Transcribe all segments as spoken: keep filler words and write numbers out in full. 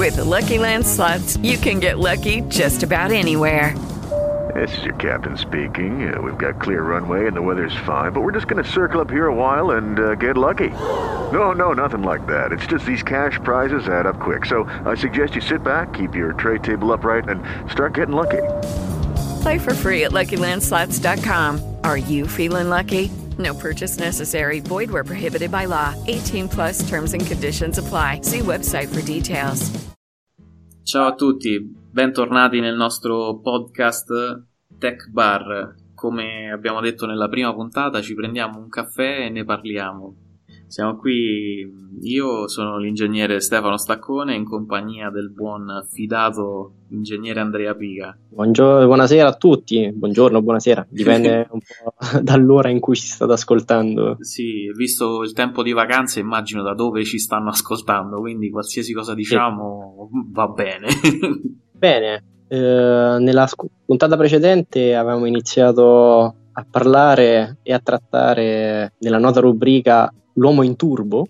With Lucky Land Slots, you can get lucky just about anywhere. This is your captain speaking. Uh, we've got clear runway and the weather's fine, but we're just going to circle up here a while and uh, get lucky. No, no, nothing like that. It's just these cash prizes add up quick. So I suggest you sit back, keep your tray table upright, and start getting lucky. Play for free at Lucky Land Slots dot com. Are you feeling lucky? No purchase necessary. Void where prohibited by law. eighteen plus terms and conditions apply. See website for details. Ciao a tutti, bentornati nel nostro podcast Tech Bar. Come abbiamo detto nella prima puntata, ci prendiamo un caffè e ne parliamo. Siamo qui, io sono l'ingegnere Stefano Staccone in compagnia del buon fidato ingegnere Andrea Piga. Buongiorno, buonasera a tutti, buongiorno, buonasera, dipende un po' dall'ora in cui ci state ascoltando. Sì, visto il tempo di vacanze immagino da dove ci stanno ascoltando, quindi qualsiasi cosa diciamo sì. Va bene. Bene, eh, nella sc- puntata precedente avevamo iniziato a parlare e a trattare nella nota rubrica L'uomo in turbo,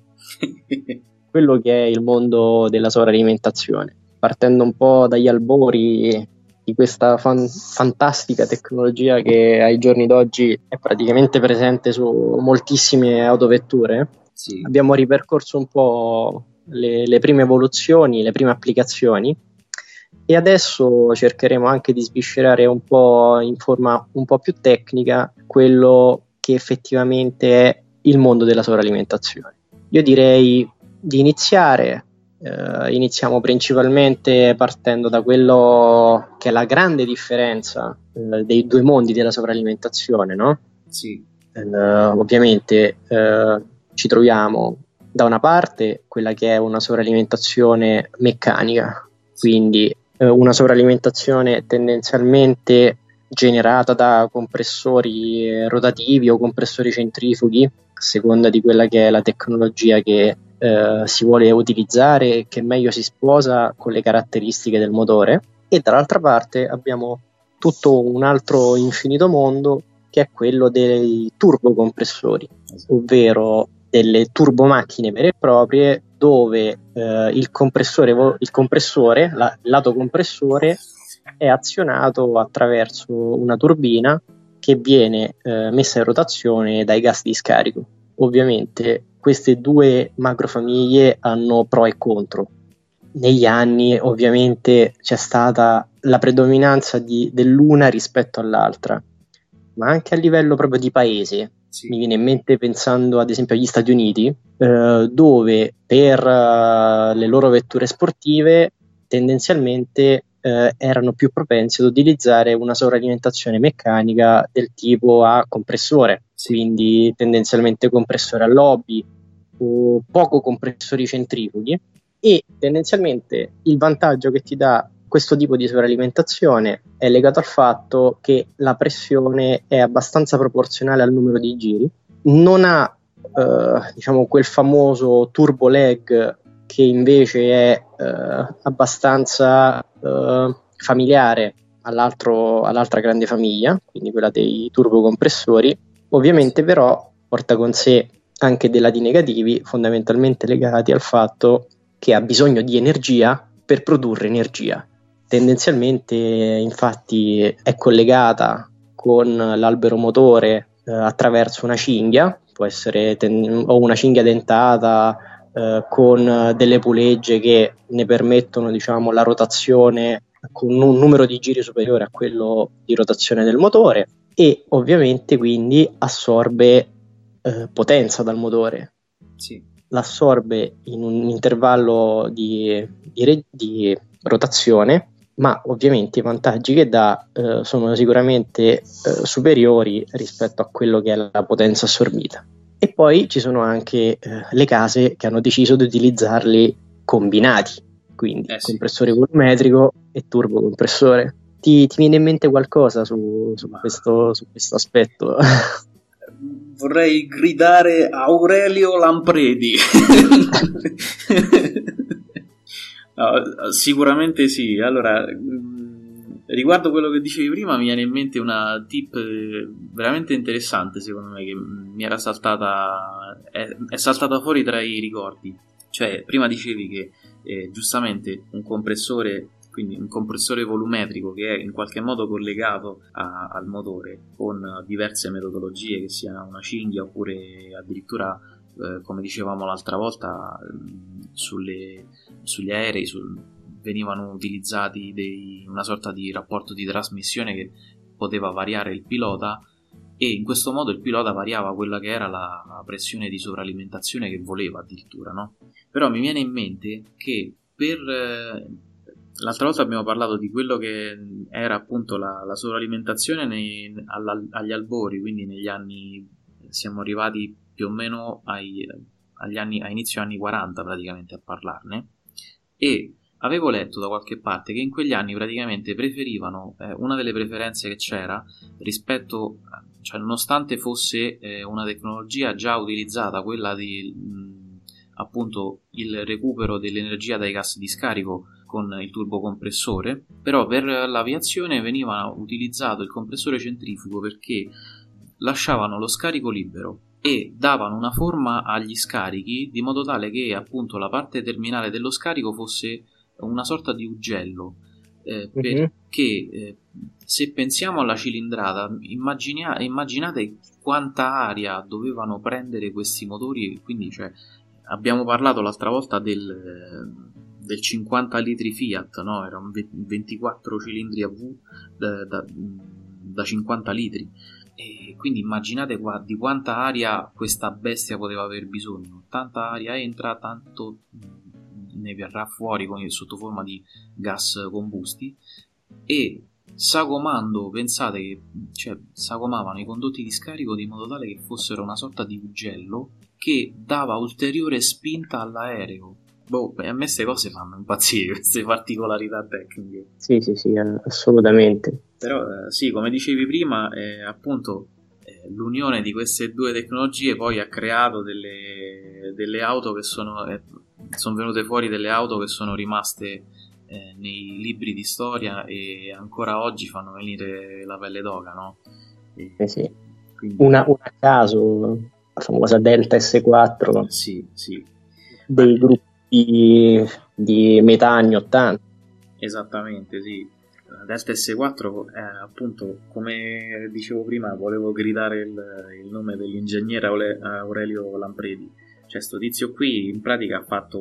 quello che è il mondo della sovralimentazione, partendo un po' dagli albori di questa fan- fantastica tecnologia che ai giorni d'oggi è praticamente presente su moltissime autovetture. Sì. Abbiamo ripercorso un po' le, le prime evoluzioni, le prime applicazioni e adesso cercheremo anche di sviscerare un po' in forma un po' più tecnica quello che effettivamente è il mondo della sovralimentazione. Io direi di iniziare, eh, iniziamo principalmente partendo da quello che è la grande differenza eh, dei due mondi della sovralimentazione, no? Sì. Eh, ovviamente eh, ci troviamo da una parte quella che è una sovralimentazione meccanica, quindi eh, una sovralimentazione tendenzialmente generata da compressori rotativi o compressori centrifughi, a seconda di quella che è la tecnologia che eh, si vuole utilizzare e che meglio si sposa con le caratteristiche del motore. E dall'altra parte abbiamo tutto un altro infinito mondo che è quello dei turbocompressori, ovvero delle turbomacchine vere e proprie dove eh, il compressore, il compressore, la, il lato compressore è azionato attraverso una turbina che viene eh, messa in rotazione dai gas di scarico. Ovviamente queste due macrofamiglie hanno pro e contro. Negli anni ovviamente c'è stata la predominanza di, dell'una rispetto all'altra, ma anche a livello proprio di paese. Sì. Mi viene in mente pensando ad esempio agli Stati Uniti, eh, dove per uh, le loro vetture sportive tendenzialmente eh, erano più propensi ad utilizzare una sovralimentazione meccanica del tipo a compressore, sì. Quindi tendenzialmente compressore a lobby o poco compressori centrifughi, e tendenzialmente il vantaggio che ti dà questo tipo di sovralimentazione è legato al fatto che la pressione è abbastanza proporzionale al numero di giri, non ha eh, diciamo quel famoso turbo lag che invece è eh, abbastanza eh, familiare all'altro, all'altra grande famiglia, quindi quella dei turbocompressori. Ovviamente però porta con sé anche dei lati negativi, fondamentalmente legati al fatto che ha bisogno di energia per produrre energia. Tendenzialmente infatti è collegata con l'albero motore eh, attraverso una cinghia, può essere ten- o una cinghia dentata eh, con delle pulegge che ne permettono, diciamo, la rotazione con un numero di giri superiore a quello di rotazione del motore, e ovviamente quindi assorbe eh, potenza dal motore. Sì. L'assorbe in un intervallo di, di, re- di rotazione, ma ovviamente i vantaggi che dà eh, sono sicuramente eh, superiori rispetto a quello che è la potenza assorbita. E poi ci sono anche eh, le case che hanno deciso di utilizzarli combinati, quindi eh sì. compressore volumetrico e turbocompressore. Ti, ti viene in mente qualcosa su, su, questo, su questo aspetto? Vorrei gridare Aurelio Lampredi. No, sicuramente sì. Allora, riguardo quello che dicevi prima, mi viene in mente una tip veramente interessante, secondo me, che mi era saltata, è, è saltata fuori tra i ricordi. Cioè, prima dicevi che eh, giustamente un compressore, quindi un compressore volumetrico che è in qualche modo collegato a, al motore con diverse metodologie, che sia una cinghia oppure addirittura eh, come dicevamo l'altra volta sulle, sugli aerei sul, venivano utilizzati dei, una sorta di rapporto di trasmissione che poteva variare il pilota, e in questo modo il pilota variava quella che era la, la pressione di sovralimentazione che voleva addirittura, no? Però mi viene in mente che per eh, l'altra volta abbiamo parlato di quello che era appunto la, la sovralimentazione nei, alla, agli albori, quindi negli anni, siamo arrivati più o meno ai, agli anni, a inizio anni quaranta praticamente a parlarne, e avevo letto da qualche parte che in quegli anni praticamente preferivano, eh, una delle preferenze che c'era rispetto, cioè nonostante fosse eh, una tecnologia già utilizzata, quella di mh, appunto il recupero dell'energia dai gas di scarico con il turbocompressore, però per l'aviazione veniva utilizzato il compressore centrifugo perché lasciavano lo scarico libero e davano una forma agli scarichi di modo tale che appunto la parte terminale dello scarico fosse una sorta di ugello, eh, Mm-hmm. perché eh, se pensiamo alla cilindrata, immagina- immaginate quanta aria dovevano prendere questi motori, quindi cioè, abbiamo parlato l'altra volta del, del cinquanta litri Fiat, no? Era un ventiquattro cilindri a V da, da, da cinquanta litri, e quindi immaginate qua, di quanta aria questa bestia poteva aver bisogno. Tanta aria entra, tanto ne verrà fuori con, sotto forma di gas combusti, e sagomando, pensate che cioè, sagomavano i condotti di scarico di modo tale che fossero una sorta di ugello che dava ulteriore spinta all'aereo. Boh, a me queste cose fanno impazzire, queste particolarità tecniche. Sì, sì, sì, assolutamente. Però eh, sì, come dicevi prima, eh, appunto eh, l'unione di queste due tecnologie poi ha creato delle, delle auto che sono, eh, sono venute fuori delle auto che sono rimaste eh, nei libri di storia e ancora oggi fanno venire la pelle d'oca, no? E, eh sì. Quindi, una, una a caso, la famosa Delta S quattro, sì, sì. dei Ma, gruppi di metà anni ottanta. Esattamente, sì. La Delta S quattro, eh, appunto, come dicevo prima, volevo gridare il, il nome dell'ingegnere Aure- Aurelio Lampredi. Cioè, sto tizio qui in pratica ha fatto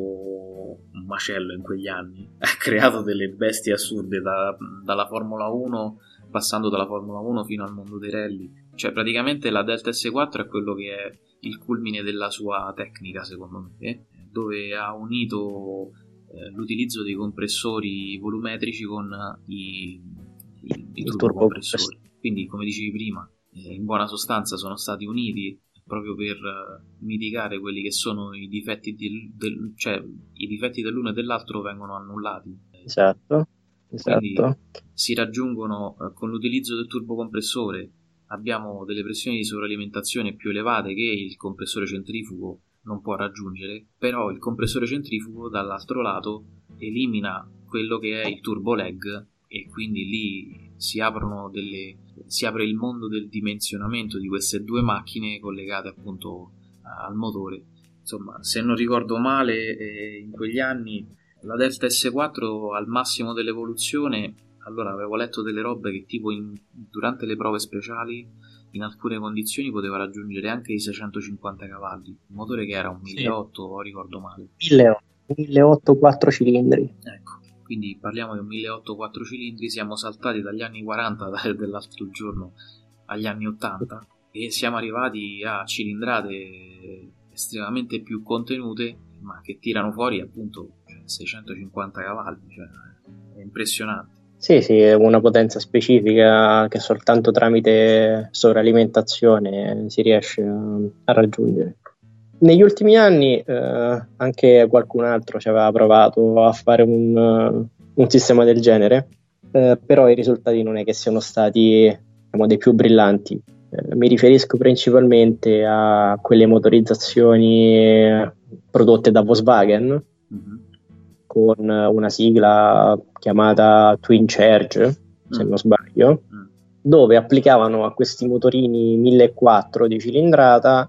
un macello in quegli anni, ha creato delle bestie assurde da, dalla Formula uno, passando dalla Formula uno fino al mondo dei rally. Cioè, praticamente la Delta S quattro è quello che è il culmine della sua tecnica, secondo me, eh? Dove ha unito eh, l'utilizzo dei compressori volumetrici con i, i, i turbocompressori. Quindi, come dicevi prima, eh, in buona sostanza sono stati uniti proprio per uh, mitigare quelli che sono i difetti del, del, cioè i difetti dell'uno e dell'altro vengono annullati. Esatto, esatto. Quindi si raggiungono uh, con l'utilizzo del turbocompressore, abbiamo delle pressioni di sovralimentazione più elevate che il compressore centrifugo non può raggiungere, però il compressore centrifugo dall'altro lato elimina quello che è il turbo lag, e quindi lì si aprono delle si apre il mondo del dimensionamento di queste due macchine collegate appunto al motore. Insomma, se non ricordo male, eh, in quegli anni la Delta S quattro al massimo dell'evoluzione, allora avevo letto delle robe che tipo in, durante le prove speciali in alcune condizioni poteva raggiungere anche i seicentocinquanta cavalli, un motore che era un milleottocento, sì. Ricordo male, milleottocento quattro cilindri, ecco. Quindi parliamo di un milleottocento quattro cilindri, siamo saltati dagli anni quaranta dell'altro giorno agli anni ottanta e siamo arrivati a cilindrate estremamente più contenute, ma che tirano fuori appunto seicentocinquanta cavalli, cioè è impressionante. Sì, sì, è una potenza specifica che soltanto tramite sovralimentazione si riesce a, a raggiungere. Negli ultimi anni eh, anche qualcun altro ci aveva provato a fare un, uh, un sistema del genere, eh, però i risultati non è che siano stati, diciamo, dei più brillanti. Eh, mi riferisco principalmente a quelle motorizzazioni prodotte da Volkswagen, mm-hmm. con una sigla chiamata Twin Charge, mm. se non sbaglio, mm. dove applicavano a questi motorini millequattrocento di cilindrata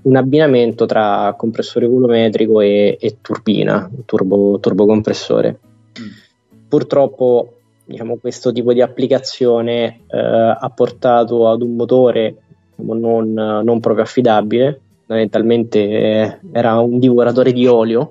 un abbinamento tra compressore volumetrico e, e turbina, turbo, turbocompressore. Mm. Purtroppo, diciamo, questo tipo di applicazione eh, ha portato ad un motore, diciamo, non, non proprio affidabile. Fondamentalmente eh, era un divoratore di olio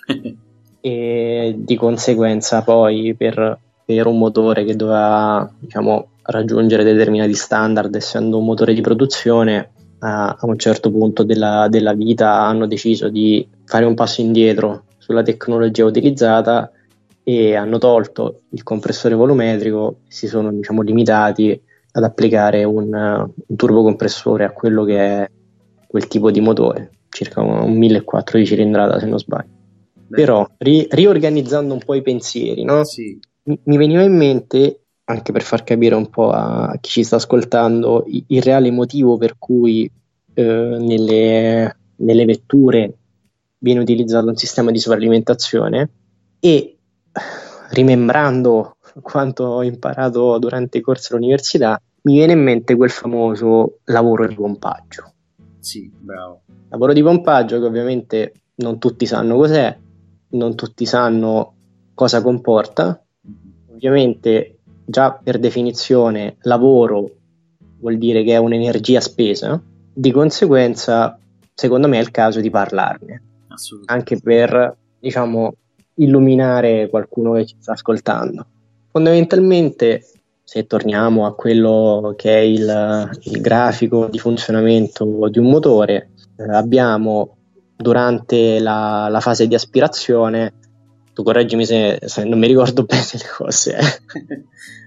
e di conseguenza poi per, per un motore che doveva, diciamo, raggiungere determinati standard, essendo un motore di produzione, a, a un certo punto della, della vita hanno deciso di fare un passo indietro sulla tecnologia utilizzata e hanno tolto il compressore volumetrico e si sono, diciamo, limitati ad applicare un, un turbocompressore a quello che è quel tipo di motore, circa un, un millequattrocento di cilindrata se non sbaglio. Beh. Però ri, riorganizzando un po' i pensieri, no? Sì. mi, mi veniva in mente, anche per far capire un po' a chi ci sta ascoltando, il, il reale motivo per cui eh, nelle, nelle vetture viene utilizzato un sistema di sovralimentazione, e rimembrando quanto ho imparato durante i corsi all'università, mi viene in mente quel famoso lavoro di pompaggio. Sì, bravo. Lavoro di pompaggio che ovviamente non tutti sanno cos'è, non tutti sanno cosa comporta. Ovviamente già per definizione lavoro vuol dire che è un'energia spesa, di conseguenza secondo me è il caso di parlarne, anche per, diciamo, illuminare qualcuno che ci sta ascoltando. Fondamentalmente, se torniamo a quello che è il, il grafico di funzionamento di un motore, eh, abbiamo durante la, la fase di aspirazione, tu correggimi se, se non mi ricordo bene le cose. Eh.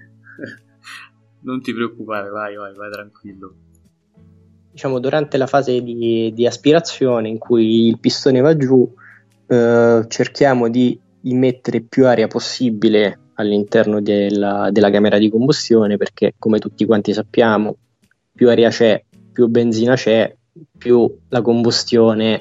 Non ti preoccupare, vai, vai, vai tranquillo. Diciamo, durante la fase di, di aspirazione in cui il pistone va giù, eh, cerchiamo di immettere più aria possibile all'interno della, della camera di combustione, perché come tutti quanti sappiamo, più aria c'è, più benzina c'è, più la combustione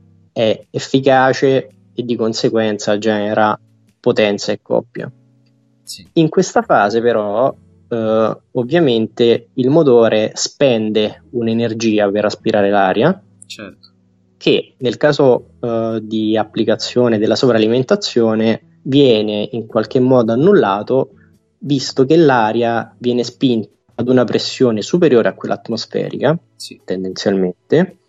è efficace e di conseguenza genera potenza e coppia. Sì. In questa fase però eh, ovviamente il motore spende un'energia per aspirare l'aria, certo, che nel caso eh, di applicazione della sovralimentazione viene in qualche modo annullato, visto che l'aria viene spinta ad una pressione superiore a quella atmosferica, sì, tendenzialmente,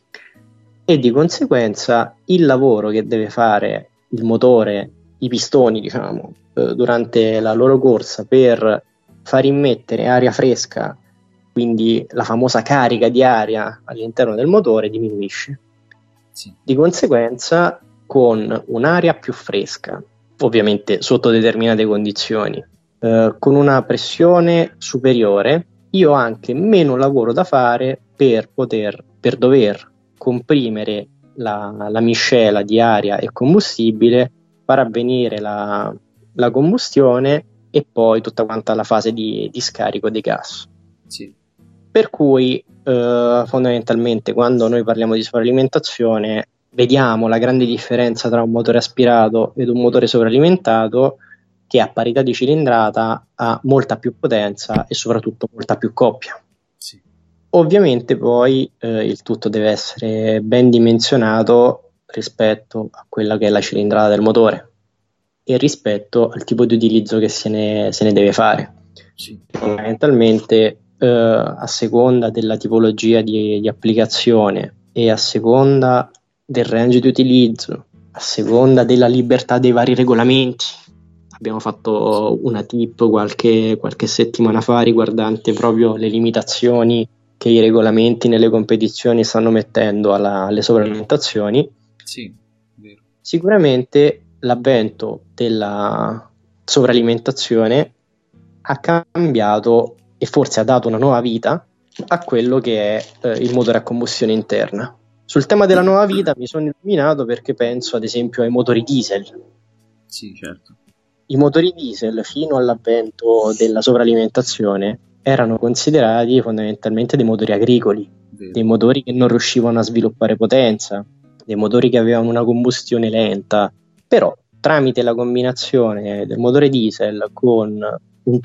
e di conseguenza il lavoro che deve fare il motore, i pistoni, diciamo, eh, durante la loro corsa per far immettere aria fresca, quindi la famosa carica di aria all'interno del motore, diminuisce. Sì. Di conseguenza, con un'aria più fresca, ovviamente sotto determinate condizioni, eh, con una pressione superiore, io ho anche meno lavoro da fare per poter, per dover comprimere la, la miscela di aria e combustibile, far avvenire la, la combustione e poi tutta quanta la fase di, di scarico dei gas. Sì. Per cui eh, fondamentalmente quando noi parliamo di sovralimentazione vediamo la grande differenza tra un motore aspirato ed un motore sovralimentato, che a parità di cilindrata ha molta più potenza e soprattutto molta più coppia. Sì. Ovviamente poi eh, il tutto deve essere ben dimensionato rispetto a quella che è la cilindrata del motore e rispetto al tipo di utilizzo che se ne, se ne deve fare. Sì. Fondamentalmente eh, a seconda della tipologia di, di applicazione e a seconda del range di utilizzo, a seconda della libertà dei vari regolamenti. Abbiamo fatto una tip qualche, qualche settimana fa riguardante proprio le limitazioni che i regolamenti nelle competizioni stanno mettendo alla, alle sovralimentazioni. Sì, vero. Sicuramente l'avvento della sovralimentazione ha cambiato e forse ha dato una nuova vita a quello che è eh, il motore a combustione interna. Sul tema della nuova vita mi sono illuminato perché penso ad esempio ai motori diesel. Sì, certo. I motori diesel fino all'avvento della sovralimentazione erano considerati fondamentalmente dei motori agricoli, Vero. Dei motori che non riuscivano a sviluppare potenza, dei motori che avevano una combustione lenta, però tramite la combinazione del motore diesel con un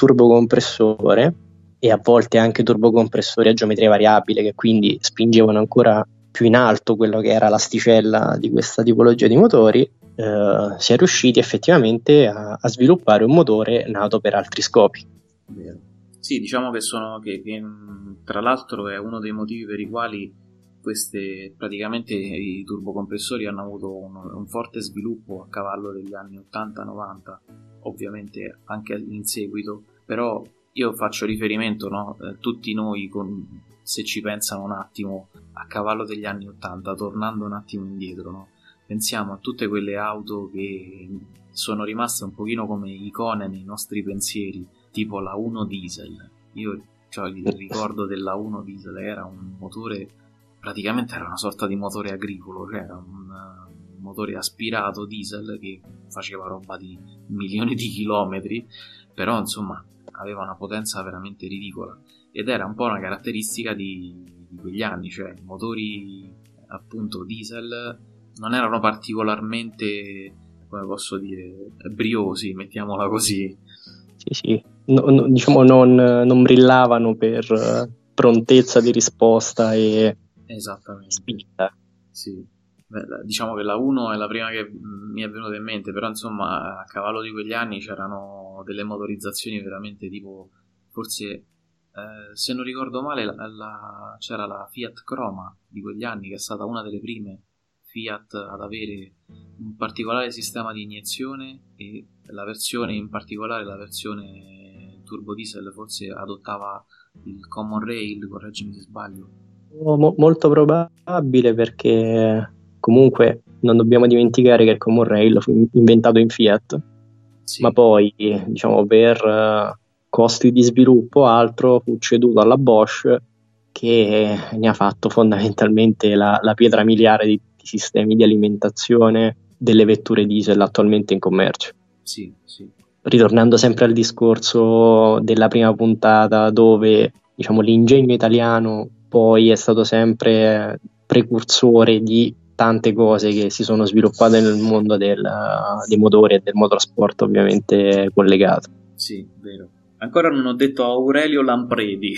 turbocompressore e a volte anche turbocompressori a geometria variabile che quindi spingevano ancora più in alto quello che era l'asticella di questa tipologia di motori, eh, si è riusciti effettivamente a, a sviluppare un motore nato per altri scopi. Vero. Sì, diciamo che sono che, che tra l'altro è uno dei motivi per i quali queste praticamente i turbocompressori hanno avuto un, un forte sviluppo a cavallo degli anni ottanta novanta, ovviamente anche in seguito, però io faccio riferimento, no? Eh, tutti noi, con, se ci pensano un attimo, a cavallo degli anni ottanta, tornando un attimo indietro, no? Pensiamo a tutte quelle auto che sono rimaste un pochino come icone nei nostri pensieri, tipo la uno diesel. Io cioè, il ricordo della uno diesel era un motore, praticamente era una sorta di motore agricolo, cioè era un, un motore aspirato diesel che faceva roba di milioni di chilometri, però insomma aveva una potenza veramente ridicola ed era un po' una caratteristica di, di quegli anni, cioè i motori appunto diesel non erano particolarmente, come posso dire, briosi, mettiamola così. Sì, sì, no, no, diciamo non, non brillavano per uh, prontezza di risposta e esattamente spinta. Sì. Beh, diciamo che la uno è la prima che mi è venuta in mente, però insomma a cavallo di quegli anni c'erano delle motorizzazioni veramente tipo, forse eh, se non ricordo male la, la, c'era la Fiat Croma di quegli anni, che è stata una delle prime Fiat ad avere un particolare sistema di iniezione, e la versione, in particolare la versione turbo diesel, forse adottava il Common Rail, correggimi se sbaglio. Mo- molto probabile, perché comunque non dobbiamo dimenticare che il Common Rail fu inventato in Fiat, sì. Ma poi diciamo per uh, costi di sviluppo altro fu ceduto alla Bosch, che ne ha fatto fondamentalmente la, la pietra miliare di sistemi di alimentazione delle vetture diesel attualmente in commercio. Sì, sì. Ritornando sempre al discorso della prima puntata, dove diciamo l'ingegno italiano poi è stato sempre precursore di tante cose che si sono sviluppate nel mondo del, dei motori e del motorsport ovviamente collegato. Sì, vero. Ancora non ho detto Aurelio Lampredi.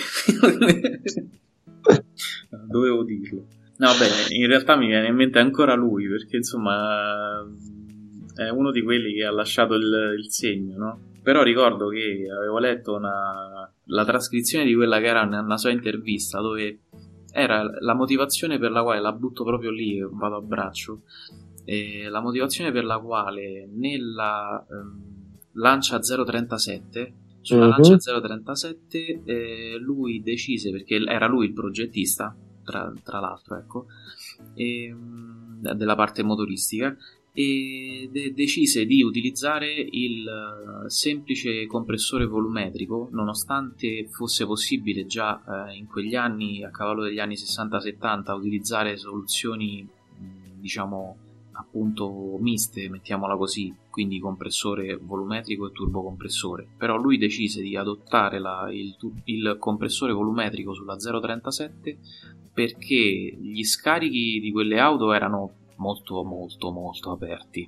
Dovevo dirlo. No, beh, in realtà mi viene in mente ancora lui, perché insomma è uno di quelli che ha lasciato il, il segno, no? Però ricordo che avevo letto una, la trascrizione di quella che era una sua intervista, dove era la motivazione per la quale, la butto proprio lì, vado a braccio, eh, la motivazione per la quale nella ehm, Lancia zero trentasette, sulla uh-huh. Lancia zero trentasette eh, lui decise, perché era lui il progettista, Tra, tra l'altro, ecco, e, della parte motoristica, e de- decise di utilizzare il uh, semplice compressore volumetrico, nonostante fosse possibile già uh, in quegli anni, a cavallo degli anni sessanta settanta, utilizzare soluzioni mh, diciamo appunto miste, mettiamola così, quindi compressore volumetrico e turbocompressore. Però lui decise di adottare la, il, il compressore volumetrico sulla zero trentasette perché gli scarichi di quelle auto erano molto molto molto aperti.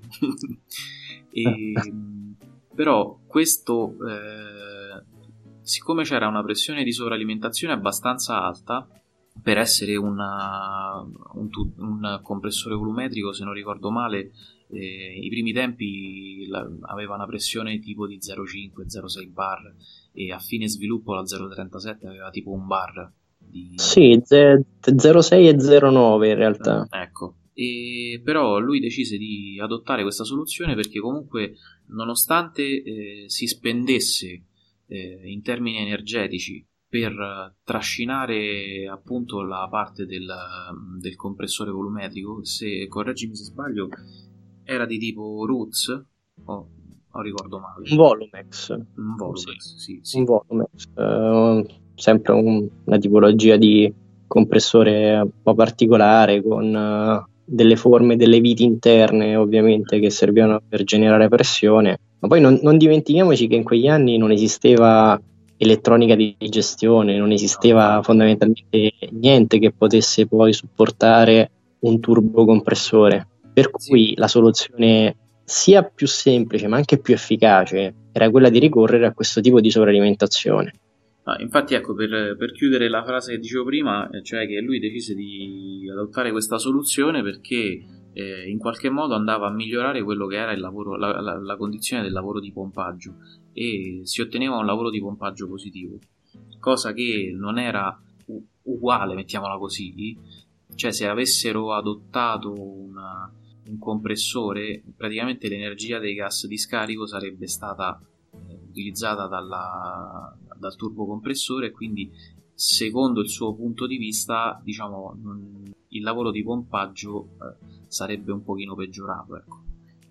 e, però questo eh, siccome c'era una pressione di sovralimentazione abbastanza alta per essere una, un, un compressore volumetrico, se non ricordo male, eh, i primi tempi la, aveva una pressione tipo di zero virgola cinque zero virgola sei bar, e a fine sviluppo la zero trentasette aveva tipo un bar di... Sì, zero virgola sei e zero virgola nove in realtà. Eh, ecco. E però lui decise di adottare questa soluzione perché comunque, nonostante eh, si spendesse eh, in termini energetici per trascinare appunto la parte del, del compressore volumetrico, se correggimi se sbaglio era di tipo Roots o oh, ricordo male, un Volumex, un Volumex, sì, sì, sì. Un Volumex, uh, sempre un, una tipologia di compressore un po' particolare, con uh, delle forme, delle viti interne ovviamente che servivano per generare pressione. Ma poi non, non dimentichiamoci che in quegli anni non esisteva elettronica di gestione, non esisteva fondamentalmente niente che potesse poi supportare un turbocompressore, per cui sì. La soluzione sia più semplice ma anche più efficace era quella di ricorrere a questo tipo di sovralimentazione. Ah, infatti, ecco, per, per chiudere la frase che dicevo prima, cioè che lui decise di adottare questa soluzione perché eh, in qualche modo andava a migliorare quello che era il lavoro, la, la, la condizione del lavoro di pompaggio, e si otteneva un lavoro di pompaggio positivo, cosa che non era u- uguale, mettiamola così, cioè se avessero adottato una, un compressore, praticamente l'energia dei gas di scarico sarebbe stata eh, utilizzata dalla, dal turbocompressore, e quindi secondo il suo punto di vista, diciamo, non, il lavoro di pompaggio eh, sarebbe un pochino peggiorato, ecco.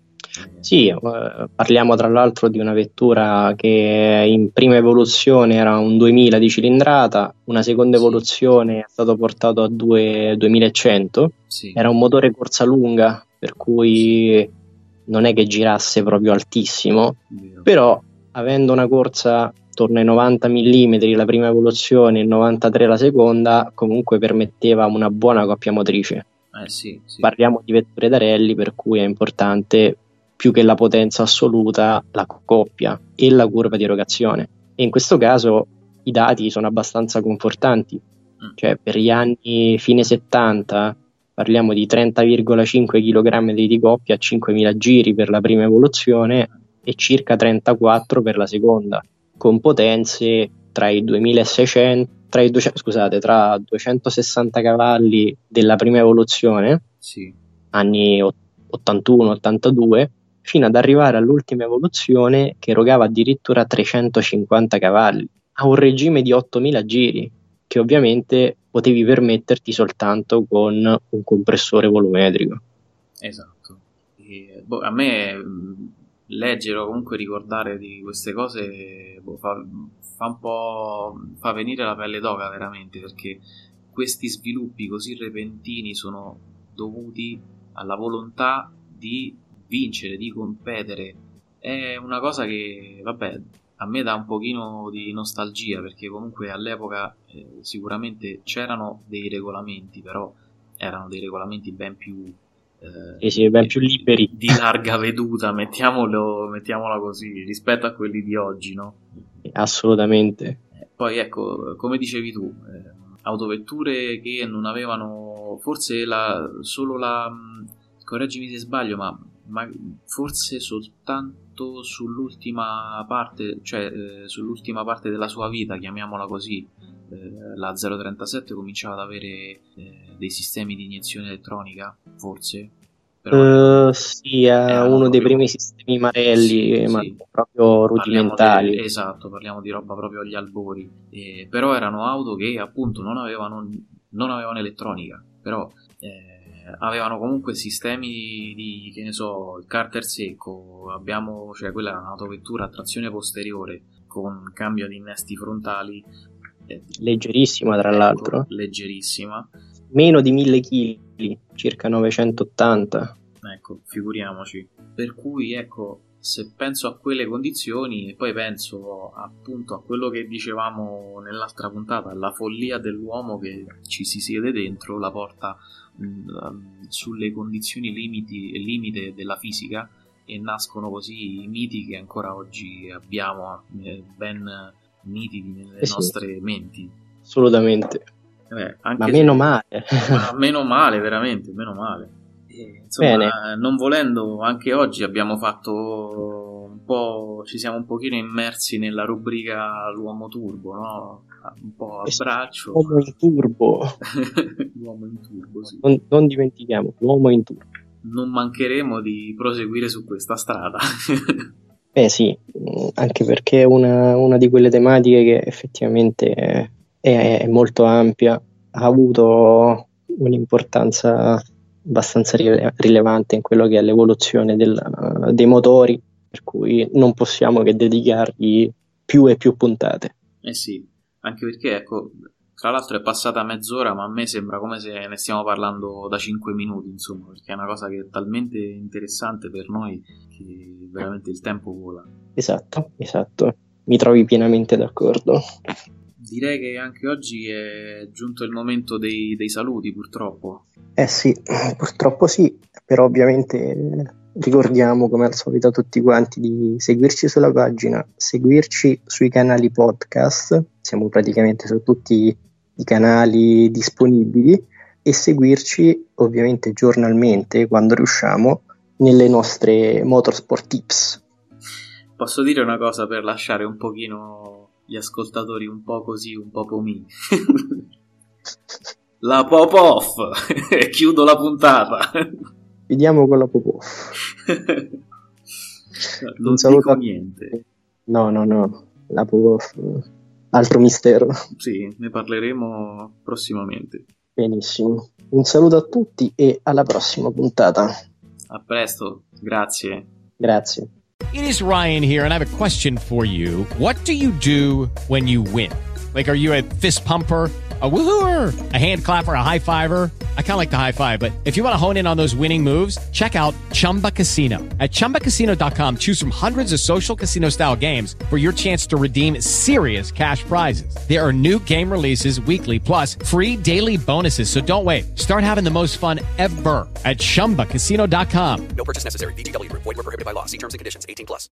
Sì, eh, parliamo tra l'altro di una vettura che in prima evoluzione era un duemila di cilindrata, una seconda Sì. evoluzione è stato portato a due, duemilacento, Sì. era un motore corsa lunga, per cui non è che girasse proprio altissimo, Vero. però avendo una corsa attorno ai novanta millimetri la prima evoluzione e novantatré la seconda, comunque permetteva una buona coppia motrice. Eh, sì, sì. Parliamo di vetture da rally, per cui è importante più che la potenza assoluta la coppia e la curva di erogazione, e in questo caso i dati sono abbastanza confortanti, Mm. cioè per gli anni fine settanta parliamo di trenta virgola cinque chilogrammi di coppia a cinquemila giri per la prima evoluzione e circa trentaquattro per la seconda, con potenze tra i duemilaseicento tra i duecento, scusate, tra duecentosessanta cavalli della prima evoluzione, Sì. anni ottantuno ottantadue, fino ad arrivare all'ultima evoluzione che erogava addirittura trecentocinquanta cavalli a un regime di ottomila giri, che ovviamente potevi permetterti soltanto con un compressore volumetrico. Esatto. E, boh, a me mh, leggere o comunque ricordare di queste cose boh, fa, fa un po' fa venire la pelle d'oca veramente, perché questi sviluppi così repentini sono dovuti alla volontà di vincere, di competere. È una cosa che, vabbè, a me dà un pochino di nostalgia, perché comunque all'epoca eh, sicuramente c'erano dei regolamenti, però erano dei regolamenti ben più Eh, sì, ben più liberi. di larga veduta, mettiamolo, mettiamola così, rispetto a quelli di oggi, no? Assolutamente. Eh, poi ecco, come dicevi tu, eh, autovetture che non avevano, forse la, solo la, correggimi se sbaglio, ma, ma forse soltanto sull'ultima parte, cioè eh, sull'ultima parte della sua vita, chiamiamola così, eh, la zero trentasette cominciava ad avere eh, dei sistemi di iniezione elettronica, forse. Però uh, sì, è uno proprio, dei primi sistemi Marelli, sì, ma sì. proprio rudimentali. Parliamo de, esatto, parliamo di roba proprio agli albori. Eh, però erano auto che appunto non avevano, non avevano elettronica, però eh, avevano comunque sistemi di, che ne so, il carter secco. Abbiamo, cioè quella era un'autovettura a trazione posteriore con cambio di innesti frontali. Eh, leggerissima, tra ecco, l'altro. Leggerissima. Meno di mille chili, circa novecentottanta. Ecco, figuriamoci. Per cui, ecco, se penso a quelle condizioni e poi penso appunto a quello che dicevamo nell'altra puntata, la follia dell'uomo che ci si siede dentro, la porta mh, sulle condizioni limiti, limite della fisica, e nascono così i miti che ancora oggi abbiamo eh, ben nitidi nelle eh sì, nostre menti. Assolutamente. Eh, anche ma meno se, male. ma meno male, veramente, meno male. E, insomma, Bene. non volendo, anche oggi abbiamo fatto un po', ci siamo un pochino immersi nella rubrica l'uomo turbo, no? Un po' a braccio. L'uomo in turbo. L'uomo in turbo, sì. Non, non dimentichiamo, l'uomo in turbo. Non mancheremo di proseguire su questa strada. Eh sì, anche perché è una, una di quelle tematiche che effettivamente è, è molto ampia, ha avuto un'importanza abbastanza rile- rilevante in quello che è l'evoluzione del, dei motori, per cui non possiamo che dedicargli più e più puntate. Eh sì, anche perché ecco, tra l'altro è passata mezz'ora, ma a me sembra come se ne stiamo parlando da cinque minuti, insomma, perché è una cosa che è talmente interessante per noi che veramente il tempo vola. Esatto, esatto, mi trovi pienamente d'accordo. Direi che anche oggi è giunto il momento dei, dei saluti, purtroppo. Eh sì, purtroppo sì, però ovviamente ricordiamo come al solito a tutti quanti di seguirci sulla pagina, seguirci sui canali podcast, siamo praticamente su tutti i canali disponibili, e seguirci ovviamente giornalmente quando riusciamo nelle nostre motorsport tips. Posso dire una cosa per lasciare un pochino gli ascoltatori un po' così, un po' pomì? La pop-off! E chiudo la puntata. Vediamo con la pop-off. Non dico niente. No, no, no. La pop-off, altro mistero. Sì, ne parleremo prossimamente. Benissimo. Un saluto a tutti e alla prossima puntata. A presto, grazie. Grazie. It is Ryan here, and I have a question for you. What do you do when you win? Like, are you a fist pumper, a woohooer, a hand clapper, a high fiver? I kind of like the high five, but if you want to hone in on those winning moves, check out Chumba Casino. At chumba casino dot com, choose from hundreds of social casino style games for your chance to redeem serious cash prizes. There are new game releases weekly, plus free daily bonuses. So don't wait. Start having the most fun ever at chumba casino dot com. No purchase necessary. V G W Group. Void where prohibited by law. See terms and conditions. eighteen plus.